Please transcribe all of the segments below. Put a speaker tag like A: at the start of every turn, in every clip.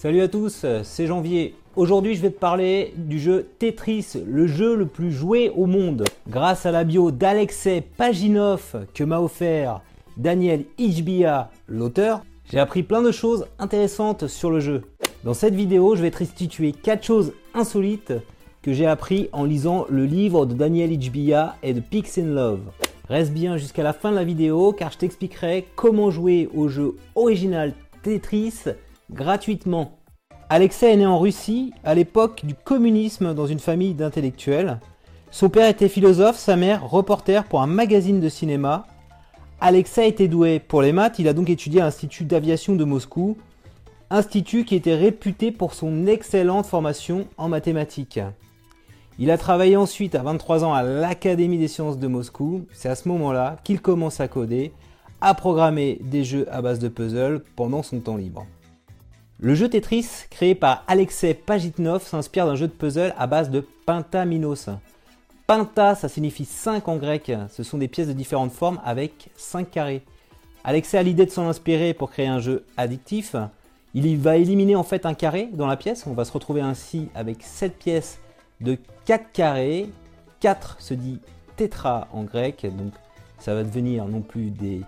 A: Salut à tous, c'est Janvier. Aujourd'hui, je vais te parler du jeu Tetris, le jeu le plus joué au monde. Grâce à la bio d'Alexei Pajitnov que m'a offert Daniel Hijbia, l'auteur, j'ai appris plein de choses intéressantes sur le jeu. Dans cette vidéo, je vais te restituer 4 choses insolites que j'ai appris en lisant le livre de Daniel Hijbia et de Peace and Love. Reste bien jusqu'à la fin de la vidéo car je t'expliquerai comment jouer au jeu original Tetris gratuitement. Alexei est né en Russie à l'époque du communisme dans une famille d'intellectuels. Son père était philosophe, sa mère reporter pour un magazine de cinéma. Alexei était doué pour les maths, il a donc étudié à l'Institut d'aviation de Moscou, institut qui était réputé pour son excellente formation en mathématiques. Il a travaillé ensuite à 23 ans à l'Académie des sciences de Moscou. C'est à ce moment-là qu'il commence à coder, à programmer des jeux à base de puzzles pendant son temps libre. Le jeu Tetris, créé par Alexei Pajitnov, s'inspire d'un jeu de puzzle à base de pentaminos. Penta, ça signifie 5 en grec. Ce sont des pièces de différentes formes avec 5 carrés. Alexei a l'idée de s'en inspirer pour créer un jeu addictif. Il va éliminer en fait un carré dans la pièce. On va se retrouver ainsi avec 7 pièces de 4 carrés. 4 se dit tétra en grec. Donc ça va devenir non plus des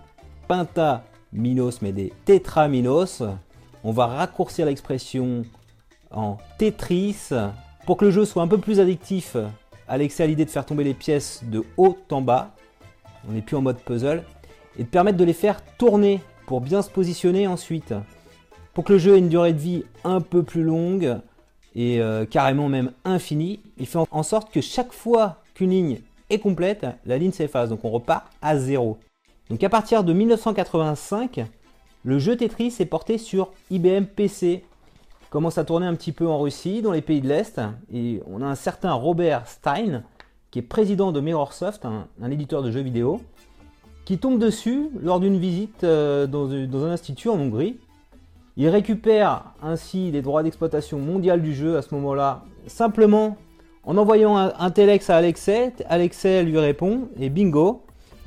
A: pentaminos mais des tétraminos. On va raccourcir l'expression en Tetris. Pour que le jeu soit un peu plus addictif, Alexei a l'idée de faire tomber les pièces de haut en bas. On n'est plus en mode puzzle. Et de permettre de les faire tourner pour bien se positionner ensuite. Pour que le jeu ait une durée de vie un peu plus longue et carrément même infinie, il fait en sorte que chaque fois qu'une ligne est complète, la ligne s'efface. Donc on repart à 0. Donc à partir de 1985, le jeu Tetris est porté sur IBM PC. Il commence à tourner un petit peu en Russie, dans les pays de l'Est. Et on a un certain Robert Stein, qui est président de Mirrorsoft, un éditeur de jeux vidéo, qui tombe dessus lors d'une visite dans un institut en Hongrie. Il récupère ainsi les droits d'exploitation mondiale du jeu à ce moment-là, simplement en envoyant un telex à Alexei. Alexei lui répond et bingo,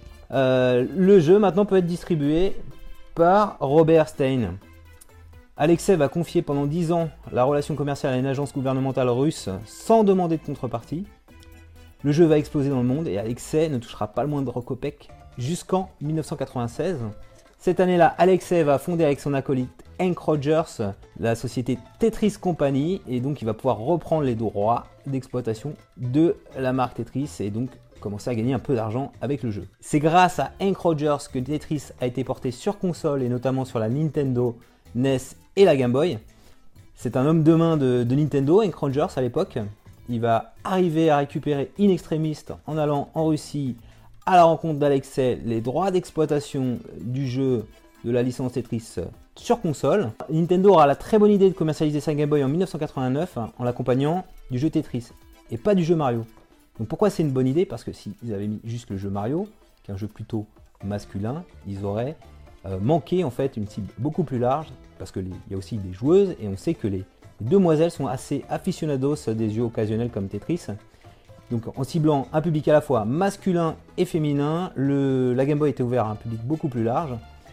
A: le jeu maintenant peut être distribué par Robert Stein. Alexei va confier pendant 10 ans la relation commerciale à une agence gouvernementale russe sans demander de contrepartie. Le jeu va exploser dans le monde et Alexei ne touchera pas le moindre copec jusqu'en 1996. Cette année-là, Alexei va fonder avec son acolyte Hank Rogers la société Tetris Company et donc il va pouvoir reprendre les droits d'exploitation de la marque Tetris et donc commencer à gagner un peu d'argent avec le jeu. C'est grâce à Hank Rogers que Tetris a été porté sur console et notamment sur la Nintendo, NES et la Game Boy. C'est un homme de main de Nintendo, Hank Rogers à l'époque. Il va arriver à récupérer in extremis en allant en Russie à la rencontre d'Alexei les droits d'exploitation du jeu de la licence Tetris sur console. Nintendo aura la très bonne idée de commercialiser sa Game Boy en 1989 en l'accompagnant du jeu Tetris et pas du jeu Mario. Donc pourquoi c'est une bonne idée? Parce que s'ils avaient mis juste le jeu Mario, qui est un jeu plutôt masculin, ils auraient manqué en fait une cible beaucoup plus large, parce qu'il y a aussi des joueuses, et on sait que les demoiselles sont assez aficionados des jeux occasionnels comme Tetris. Donc en ciblant un public à la fois masculin et féminin, la Game Boy était ouverte à un public beaucoup plus large.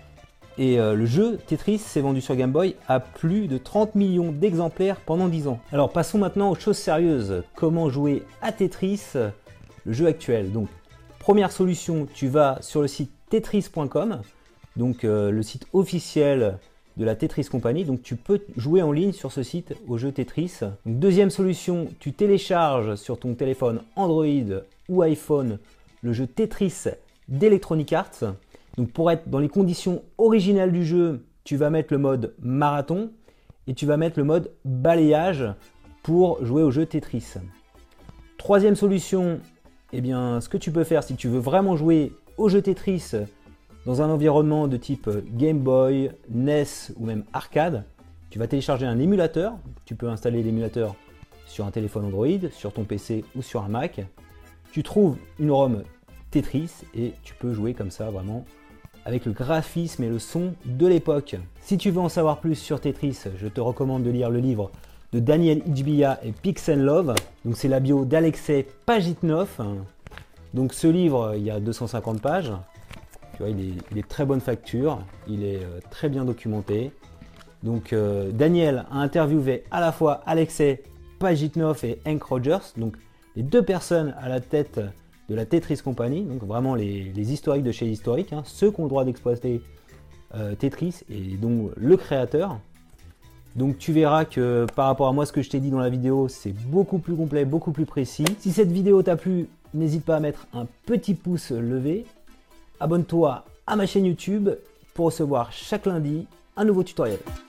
A: Et le jeu Tetris s'est vendu sur Game Boy à plus de 30 millions d'exemplaires pendant 10 ans. Alors passons maintenant aux choses sérieuses. Comment jouer à Tetris, le jeu actuel? Donc première solution, tu vas sur le site tetris.com, donc le site officiel de la Tetris Company. Donc tu peux jouer en ligne sur ce site au jeu Tetris. Donc, deuxième solution, tu télécharges sur ton téléphone Android ou iPhone le jeu Tetris d'Electronic Arts. Donc pour être dans les conditions originales du jeu, tu vas mettre le mode marathon et tu vas mettre le mode balayage pour jouer au jeu Tetris. Troisième solution, eh bien, ce que tu peux faire si tu veux vraiment jouer au jeu Tetris dans un environnement de type Game Boy, NES ou même arcade, tu vas télécharger un émulateur. Tu peux installer l'émulateur sur un téléphone Android, sur ton PC ou sur un Mac. Tu trouves une ROM Tetris et tu peux jouer comme ça vraiment avec le graphisme et le son de l'époque. Si tu veux en savoir plus sur Tetris, je te recommande de lire le livre de Daniel Hijbia et Peace and Love. Donc c'est la bio d'Alexei Pajitnov. Donc ce livre, il y a 250 pages. Tu vois, il est de très bonne facture, il est très bien documenté. Donc Daniel a interviewé à la fois Alexei Pajitnov et Hank Rogers, donc les deux personnes à la tête de la Tetris Company, donc vraiment les historiques de chez Historique, hein, ceux qui ont le droit d'exploiter Tetris et donc le créateur. Donc tu verras que par rapport à moi ce que je t'ai dit dans la vidéo, c'est beaucoup plus complet, beaucoup plus précis. Si cette vidéo t'a plu, n'hésite pas à mettre un petit pouce levé. Abonne-toi à ma chaîne YouTube pour recevoir chaque lundi un nouveau tutoriel.